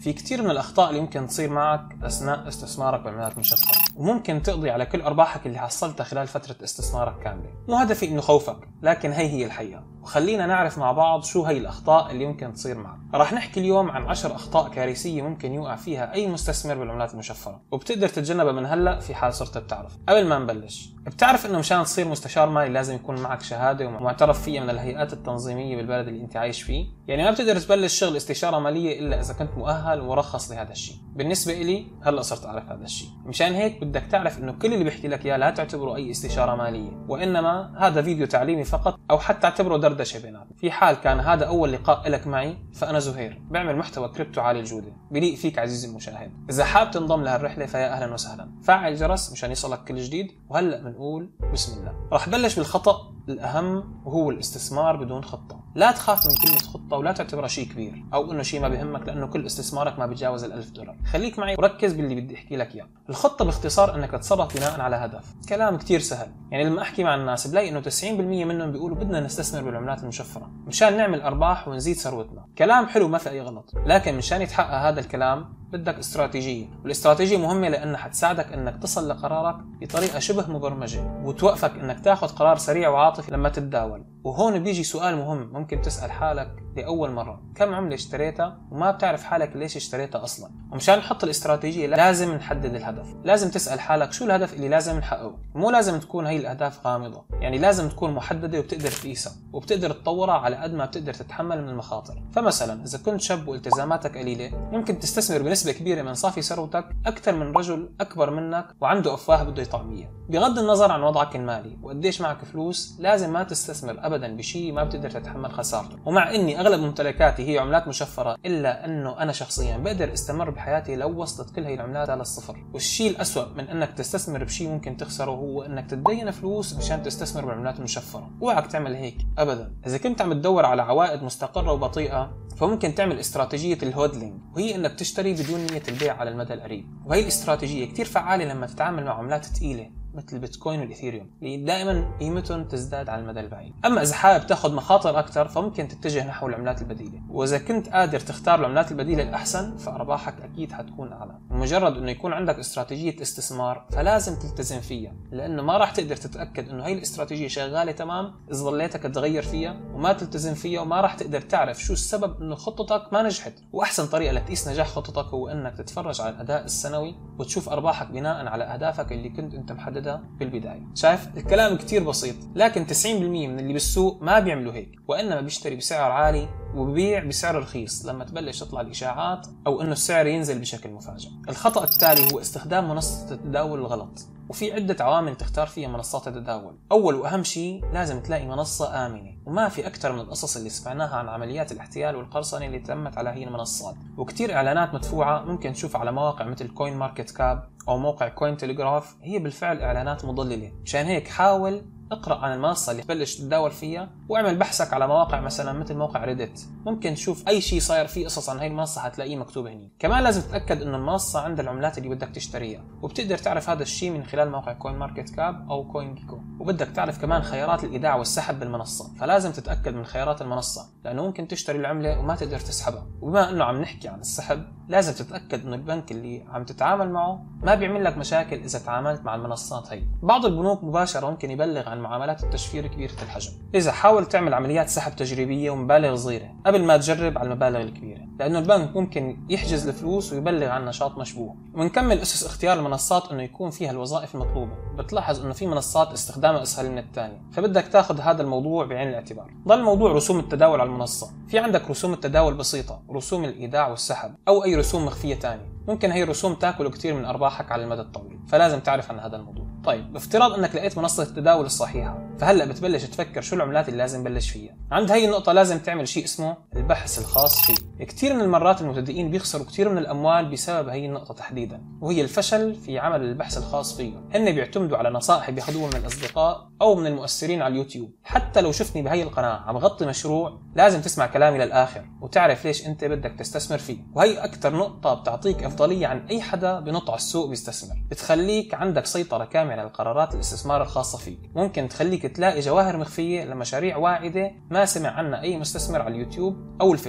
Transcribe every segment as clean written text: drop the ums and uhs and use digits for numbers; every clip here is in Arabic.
في كتير من الأخطاء اللي ممكن تصير معك أثناء استثمارك بالعملات المشفرة، وممكن تقضي على كل أرباحك اللي حصلتها خلال فترة استثمارك كاملة. مو هدفي إنه خوفك، لكن هي الحقيقة، وخلينا نعرف مع بعض شو هي الأخطاء اللي ممكن تصير معك. راح نحكي اليوم عن 10 أخطاء كارثية ممكن يوقع فيها أي مستثمر بالعملات المشفرة، وبتقدر تتجنبها من هلأ في حال صرت بتعرف. قبل ما نبلش، بتعرف إنه مشان تصير مستشار مالي لازم يكون معك شهادة ومعترف فيها من الهيئات التنظيمية بالبلد اللي أنت عايش فيه؟ يعني ما بتقدر تبلش شغل استشارة مالية إلا إذا كنت مؤهل ومرخص لهذا الشيء. بالنسبة إلي هلأ صرت أعرف هذا الشيء، مشان هيك بدك تعرف إنه كل اللي بيحكي لك إياه لا تعتبره أي استشارة مالية، وإنما هذا فيديو تعليمي فقط، أو حتى اعتبره دردشة بيناتنا. في حال كان هذا أول لقاء لك معي، فأنا زهير، بعمل محتوى كريبتو عالي الجودة، بليق فيك عزيزي المشاهد. إذا حاب تنضم لهالرحلة فيا أهلا وسهلا، فعل الجرس مشان يصلك كل جديد. وهلأ بنقول بسم الله. راح بلش بالخطأ الأهم، وهو الاستثمار بدون خطة. لا تخاف من كلمة خطة ولا تعتبرها شيء كبير أو إنه شيء ما بيهمك، لأنه كل استثمارك ما بيتجاوز $1000. خليك معي وركز باللي بدي أحكي لك إياه. الخطة باختصار إنك تتصرف بناء على هدف. كلام كتير سهل، يعني لما أحكي مع الناس بلاقي إنه 90% منهم بيقولوا بدنا نستثمر بالعملات المشفرة مشان نعمل أرباح ونزيد ثروتنا. كلام حلو ما في أي غلط، لكن مشان يتحقق هذا الكلام بدك استراتيجية، والاستراتيجية مهمة لأنها حتساعدك إنك تصل لقرارك بطريقة شبه مبرمجة، وتوقفك إنك تاخذ قرار سريع وعاطفي لما تتداول. وهون بيجي سؤال مهم ممكن تسأل حالك لأول مرة: كم عملة اشتريتها وما بتعرف حالك ليش اشتريتها أصلا؟ ومشان نحط الاستراتيجية لازم نحدد الهدف. لازم تسأل حالك شو الهدف اللي لازم نحققه. مو لازم تكون هي الأهداف غامضة، يعني لازم تكون محددة وبتقدر تقيسها وبتقدر تطورها على قد ما بتقدر تتحمل من المخاطر. فمثلا إذا كنت شاب والتزاماتك قليلة، ممكن تستثمر بنسبة كبيرة من صافي ثروتك أكثر من رجل أكبر منك وعنده أفواه بده يطعميها. بغض النظر عن وضعك المالي وقديش معك فلوس، لازم ما تستثمر أبدا بشيء ما بتقدر تتحمل خسارته. ومع إني أغلب ممتلكاتي هي عملات مشفرة، إلا أنه أنا شخصيا بقدر استمر بحياتي لو وصلت كل هي العملات للصفر. والشيء الأسوأ من أنك تستثمر بشيء ممكن تخسره هو أنك تدين فلوس مشان تستثمر بالعملات المشفرة. اوعك تعمل هيك أبدا. إذا كنت عم تدور على عوائد مستقرة وبطيئة، فممكن تعمل استراتيجية الهودلينج، وهي انك تشتري بدون نية البيع على المدى القريب. وهي الاستراتيجية كتير فعالة لما تتعامل مع عملات ثقيلة مثل البيتكوين والاثيريوم اللي دائما قيمتهم تزداد على المدى البعيد. اما اذا حابب تاخذ مخاطر اكثر، فممكن تتجه نحو العملات البديله، واذا كنت قادر تختار العملات البديله الاحسن فارباحك اكيد حتكون اعلى. ومجرد انه يكون عندك استراتيجيه استثمار فلازم تلتزم فيها، لانه ما راح تقدر تتاكد انه هي الاستراتيجيه شغاله تمام اذا ضليتك تغير فيها وما تلتزم فيها، وما راح تقدر تعرف شو السبب انه خطتك ما نجحت. واحسن طريقه لتقيس نجاح خطتك هو انك تتفرج على الاداء السنوي وتشوف ارباحك بناء على اهدافك اللي كنت انت محددها بالبداية. شايف الكلام كتير بسيط، لكن 90% من اللي بالسوق ما بيعملوا هيك، وإنما بيشتري بسعر عالي وبيبيع بسعر رخيص لما تبلش تطلع الإشاعات أو إنه السعر ينزل بشكل مفاجئ. الخطأ التالي هو استخدام منصة التداول الغلط، وفي عدة عوامل تختار فيها منصات التداول. أول وأهم شيء لازم تلاقي منصة آمنة، وما في أكثر من القصص اللي سمعناها عن عمليات الاحتيال والقرصنة اللي تمت على هي المنصات، وكتير إعلانات مدفوعة ممكن تشوف على مواقع مثل كوين ماركت كاب أو موقع كوين تليجراف، هي بالفعل إعلانات مضللة. مشان هيك حاول اقرأ عن المنصة اللي تبلش تتداول فيها، واعمل بحثك على مواقع مثلا مثل موقع ريدت، ممكن تشوف أي شيء صاير فيه قصص عن هاي المنصة هتلاقيه مكتوب هنا. كمان لازم تتأكد إنه المنصة عندها العملات اللي بدك تشتريها، وبتقدر تعرف هذا الشيء من خلال موقع كوين ماركت كاب أو كوين جيكو. وبدك تعرف كمان خيارات الإيداع والسحب بالمنصة، فلازم تتأكد من خيارات المنصة، لأنه ممكن تشتري العملة وما تقدر تسحبها. وبما إنه عم نحكي عن السحب، لازم تتأكد إنه البنك اللي عم تتعامل معه ما بيعمل لك مشاكل إذا تعاملت مع المنصات هي. بعض البنوك مباشرة ممكن يبلغ عن معاملات التشفير كبيرة الحجم. إذا حاول تعمل عمليات سحب تجريبية ومبالغ صغيرة قبل ما تجرب على المبالغ الكبيرة، لأنه البنك ممكن يحجز الفلوس ويبلغ عن نشاط مشبوه. ونكمل أسس اختيار المنصات إنه يكون فيها الوظائف المطلوبة. بتلاحظ إنه في منصات استخدامها أسهل من الثانية، فبدك تاخذ هذا الموضوع بعين الاعتبار. ضل موضوع رسوم التداول على المنصة. في عندك رسوم التداول بسيطة، ورسوم الإيداع والسحب، أو أي رسوم مخفية ثانية. ممكن هي الرسوم تاكل كتير من أرباحك على المدى الطويل، فلازم تعرف عن هذا الموضوع. طيب بافتراض انك لقيت منصة التداول الصحيحة، فهلا بتبلش تفكر شو العملات اللي لازم بلش فيها. عند هاي النقطة لازم تعمل شيء اسمه البحث الخاص فيه. كتير من المرات المبتدئين بيخسروا كتير من الأموال بسبب هاي النقطة تحديدا، وهي الفشل في عمل البحث الخاص فيه. هن بيعتمدوا على نصائح بياخذوها من الأصدقاء أو من المؤثرين على اليوتيوب. حتى لو شفتني بهاي القناة عم غطي مشروع، لازم تسمع كلامي للآخر وتعرف ليش انت بدك تستثمر فيه. وهي أكتر نقطة بتعطيك أفضلية عن أي حدا بنط على السوق بيستثمر، بتخليك عندك سيطرة كاملة على القرارات الاستثمار الخاصة فيك. ممكن تخليك تلاقي جواهر مخفية لمشاريع واعدة ما سمع عنها أي مستثمر على اليوتيوب أو الفيسبوك.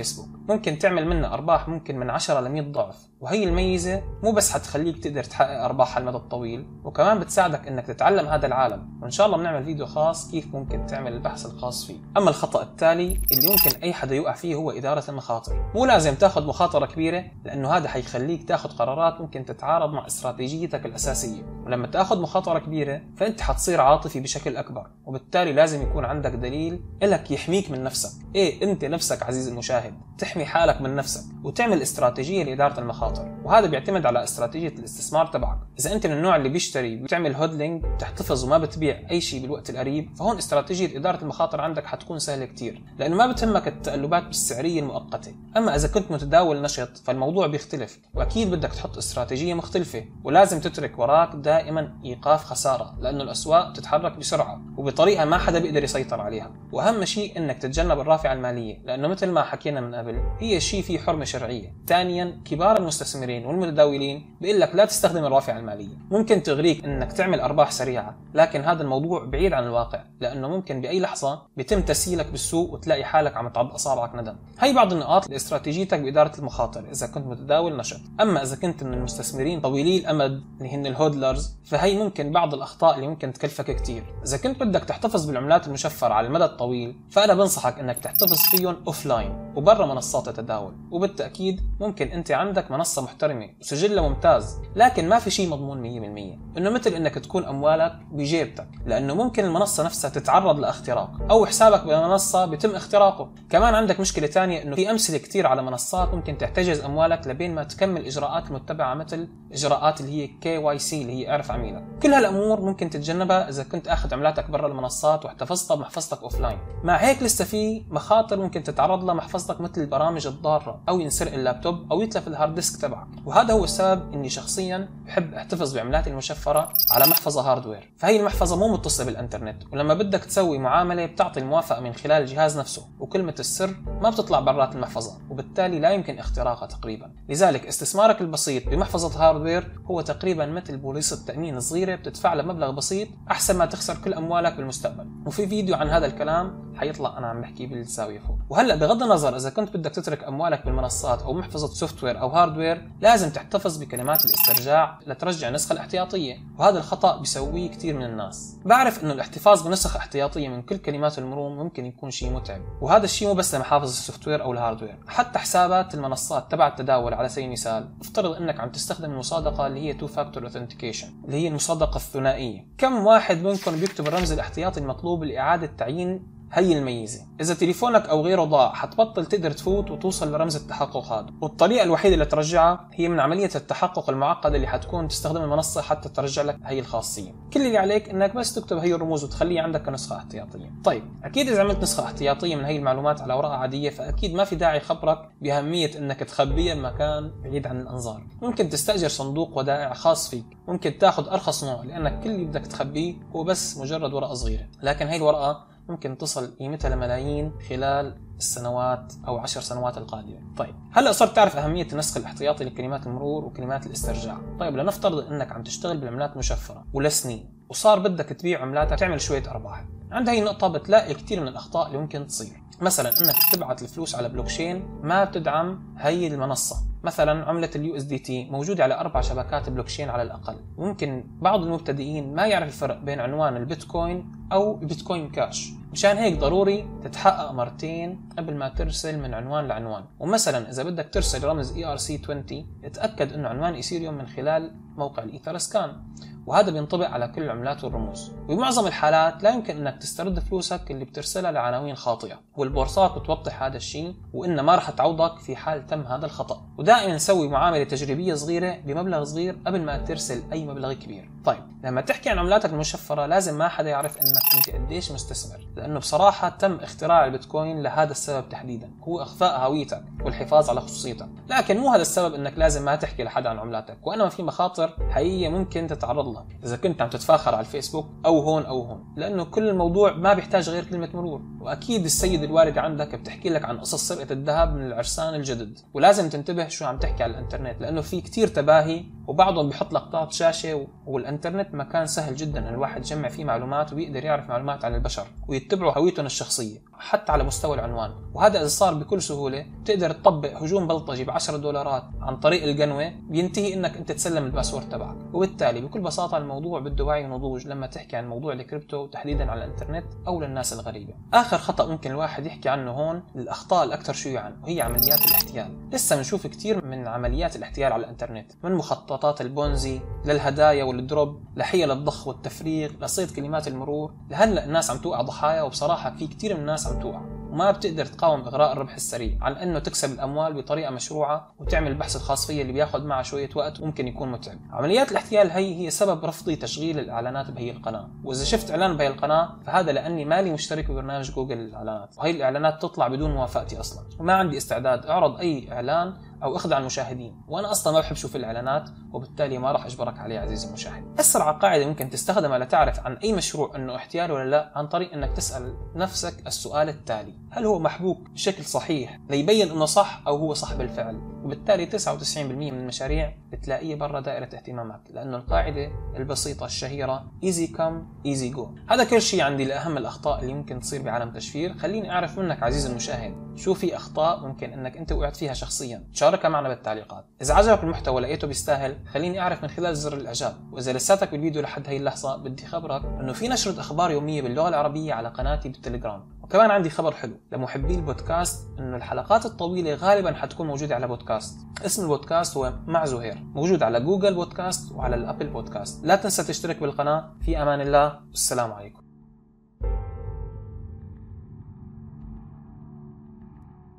ممكن تعمل منها أرباح ممكن من 10 ل 100 ضعف. وهي الميزة مو بس حتخليك تقدر تحقق أرباح على المدى الطويل، وكمان بتساعدك إنك تتعلم هذا العالم، وإن شاء الله بنعمل فيديو خاص كيف ممكن تعمل البحث الخاص فيه. أما الخطأ التالي اللي يمكن أي حدا يوقع فيه هو إدارة المخاطر. مو لازم تاخذ مخاطرة كبيرة، لأنه هذا حيخليك تاخذ قرارات ممكن تتعارض مع استراتيجيتك الأساسية. ولما تاخذ مخاطرة كبيرة فأنت حتصير عاطفي بشكل أكبر، وبالتالي لازم يكون عندك دليل إلك يحميك من نفسك. أنت نفسك عزيزي المشاهد تحمي حالك من نفسك وتعمل استراتيجية لإدارة المخاطر، وهذا بيعتمد على استراتيجية الاستثمار تبعك. إذا أنت من النوع اللي بيشتري وبتعمل هودلينج بتحتفظ وما بتبيع أي شيء بالوقت القريب، فهون استراتيجية إدارة المخاطر عندك حتكون سهلة كتير، لأنه ما بتهمك التقلبات السعرية المؤقتة. أما إذا كنت متداول نشط فالموضوع بيختلف، وأكيد بدك تحط استراتيجية مختلفة، ولازم تترك وراك دائما إيقاف خسارة، لأنه الأسواق تتحرك بسرعة وبطريقة ما حدا بيقدر يسيطر عليها. وأهم شيء إنك تتجنب الرافعة المالية، لأنه مثل ما حكينا من قبل هي شيء فيه حرمة شرعية. ثانيا، كبار المستثمرين والمتداولين بيقول لك لا تستخدم الرافعة المالية، ممكن تغريك إنك تعمل أرباح سريعة، لكن هذا الموضوع بعيد عن الواقع، لأنه ممكن بأي لحظة بيتم تسييلك بالسوق وتلاقي حالك عم تعض أصابعك ندم. هي بعض النقاط لاستراتيجيتك بإدارة المخاطر إذا كنت متداول نشط. أما إذا كنت من المستثمرين طويلي الأمد اللي هن الهودلرز، فهي ممكن بعض الأخطاء اللي ممكن تكلفك كتير. إذا كنت بدك تحتفظ بالعملات المشفرة على المدى الطويل، فأنا بنصحك إنك تحتفظ فيهم أوفلاين وبرا منصات التداول. وبالتأكيد ممكن أنت عندك منصة محترمة وسجلها ممتاز، لكن ما في شيء مضمون 100%، إنه مثل إنك تكون أموالك بجيبتك، لأنه ممكن المنصة نفسها تتعرض لاختراق، أو حسابك بالمنصة بيتم اختراقه. كمان عندك مشكلة تانية، إنه في أمثلة كتير على منصات ممكن تحتجز أموالك لبين ما تكمل إجراءات المتبعة، مثل إجراءات اللي هي KYC اللي هي اعرف عميلك. كل هالأمور ممكن تتجنبها إذا كنت أخذ عملاتك برا المنصات واحتفظتها بمحفظتك أوفلاين. مع هيك لسه في مخاطر ممكن تتعرض لها محفظتك، مثل البرامج الضارة، أو ينسرق اللابتوب، أو يتلف الهارد ديسك تبعك. وهذا هو السبب إني شخصيا بحب احتفظ بعملاتي المشفرة على محفظة هاردوير. فهي المحفظة مو متصلة بالإنترنت، ولما بدك تسوي معاملة بتعطي الموافقة من خلال الجهاز نفسه، وكلمة السر ما بتطلع برات المحفظة، وبالتالي لا يمكن اختراقها تقريبا. لذلك استثمارك البسيط بمحفظة هاردوير هو تقريبا مثل بوليصة تأمين صغيرة بتدفع لها مبلغ بسيط أحسن ما تخسر كل أموالك بالمستقبل. وفي فيديو عن هذا الكلام حيطلع أنا عم بحكي بالزاوية فوق. وهلا بغض النظر إذا كنت بدك تترك أموالك بالمنصات أو محفظة سوفت وير أو هاردوير، لازم تحتفظ بكلمات الاسترجاع لترجع النسخة الاحتياطية، وهذا الخطأ بيسويه كثير من الناس. بعرف إنه الاحتفاظ بنسخ احتياطية من كل كلمات المرور ممكن يكون شيء متعب، وهذا الشيء مو بس لمحافظ السوفت وير أو الهاردوير، حتى حسابات المنصات تبع التداول. على سبيل المثال افترض إنك عم تستخدم المصادقة اللي هي 2 Factor Authentication اللي هي المصادقة الثنائية. كم واحد منكم بيكتب الرمز الاحتياطي المطلوب لإعادة تعيين هي الميزة؟ إذا تليفونك أو غيره ضاع حتبطل تقدر تفوت وتوصل لرمز التحقق هذا، والطريقة الوحيدة اللي ترجعها هي من عملية التحقق المعقدة اللي حتكون تستخدم المنصة حتى ترجع لك هي الخاصية. كل اللي عليك إنك بس تكتب هي الرموز وتخليها عندك كنسخة احتياطية. طيب أكيد إذا عملت نسخة احتياطية من هي المعلومات على ورقة عادية، فأكيد ما في داعي خبرك بأهمية إنك تخبيها بمكان بعيد عن الأنظار. ممكن تستأجر صندوق ودائع خاص فيك، ممكن تاخذ أرخص نوع، لأنك كل اللي بدك تخبيه هو بس مجرد ورقة صغيرة، لكن هي الورقة ممكن تصل قيمتها لملايين خلال السنوات أو 10 سنوات القادمة. طيب هلأ صرت تعرف أهمية النسخ الاحتياطي لكلمات المرور وكلمات الاسترجاع. طيب لنفترض أنك عم تشتغل بالعملات مشفرة ولسنين، وصار بدك تبيع عملاتك تعمل شوية أرباح. عند هاي النقطة بتلاقي كتير من الأخطاء اللي ممكن تصير، مثلا أنك تبعت الفلوس على بلوكشين ما بتدعم هي المنصة. مثلا عملة USDT موجودة على 4 شبكات بلوكشين على الأقل. ممكن بعض المبتدئين ما يعرف الفرق بين عنوان البيتكوين أو البيتكوين كاش، مشان هيك ضروري تتحقق مرتين قبل ما ترسل من عنوان لعنوان. ومثلا إذا بدك ترسل رمز ERC20 اتأكد أنه عنوان إيثيريوم من خلال موقع الإيثرسكان، وهذا بينطبق على كل العملات والرموز. وبمعظم الحالات لا يمكن انك تسترد فلوسك اللي بترسلها لعناوين خاطئة، والبورصات بتوضح هذا الشيء وإن ما رح تعوضك في حال تم هذا الخطأ. ودائما سوي معاملة تجريبية صغيرة بمبلغ صغير قبل ما ترسل أي مبلغ كبير. طيب لما تحكي عن عملاتك المشفرة لازم ما حدا يعرف انك انت قديش مستثمر، لأنه بصراحة تم اختراع البيتكوين لهذا السبب تحديدا، هو إخفاء هويتك والحفاظ على خصوصيتك. لكن مو هذا السبب انك لازم ما تحكي لحدا عن عملاتك، وإنما في مخاطر حقيقية ممكن تتعرض لها إذا كنت عم تتفاخر على الفيسبوك أو هون أو هون، لأنه كل الموضوع ما بيحتاج غير كلمة مرور. وأكيد السيد الوالد عندك بتحكي لك عن قصص سرقة الذهب من العرسان الجدد، ولازم تنتبه شو عم تحكي على الانترنت، لأنه في كتير تباهي وبعضهم بيحط لقطات شاشة. والإنترنت مكان سهل جدا أن الواحد يجمع فيه معلومات ويقدر يعرف معلومات عن البشر ويتبعوا هويتهم الشخصية حتى على مستوى العنوان. وهذا إذا صار بكل سهولة تقدر تطبق هجوم بلطجي ب$10 عن طريق القنوة، بينتهي إنك أنت تسلم الباسورد تبعك. وبالتالي بكل بساطة الموضوع بده وعي ونضوج لما تحكي عن موضوع الكريبتو وتحديدا على الإنترنت أو للناس الغريبة. آخر خطأ ممكن الواحد يحكي عنه هون، الأخطاء الأكثر شيوعا، وهي عمليات الاحتيال. لسه بنشوف كثير من عمليات الاحتيال على الإنترنت، من مخططات البونزي للهدايا والدروب لحيل الضخ والتفريغ لصيد كلمات المرور. لهلا الناس عم توقع ضحايا، وبصراحة في كثير من الناس عم توقع وما بتقدر تقاوم إغراء الربح السريع عن أنه تكسب الأموال بطريقة مشروعة وتعمل البحث الخاص فيها اللي بياخذ معه شوية وقت وممكن يكون متعب. عمليات الاحتيال هي سبب رفضي تشغيل الإعلانات بهي القناة، وإذا شفت إعلان بهي القناة فهذا لأني مالي مشترك ببرنامج جوجل الإعلانات، وهي الإعلانات تطلع بدون موافقتي أصلا، وما عندي استعداد أعرض أي إعلان أو أخذ عن المشاهدين، وأنا أصلا ما بحب شوف الإعلانات، وبالتالي ما راح أجبرك عليه عزيزي المشاهد. أسرع قاعدة ممكن تستخدمها لتعرف عن أي مشروع أنه احتيال ولا لا، عن طريق أنك تسأل نفسك السؤال التالي: هل هو محبوك بشكل صحيح ليبين أنه صح أو هو صح بالفعل؟ وبالتالي 99% من المشاريع بتلاقيه برا دائرة اهتمامك، لأنه القاعدة البسيطة الشهيرة easy come easy go. هذا كل شيء عندي لأهم الأخطاء اللي ممكن تصير بعالم التشفير. خليني أعرف منك عزيزي المشاهد شو في أخطاء ممكن أنك أنت وقعت فيها شخصيا، شاركها معنا بالتعليقات. إذا عجبك المحتوى ولقيته بيستاهل خليني أعرف من خلال زر الإعجاب. وإذا لساتك بالفيديو لحد هاي اللحظة بدي خبرك أنه في نشرة أخبار يومية باللغة العربية على قناتي بالتليجرام. وكمان عندي خبر حلو لمحبي البودكاست، أنه الحلقات الطويلة غالبا حتكون موجودة على بودكاست. اسم البودكاست هو مع زهير، موجود على جوجل بودكاست وعلى الأبل بودكاست. لا تنسى تشترك بالقناة. في أمان الله، والسلام عليكم.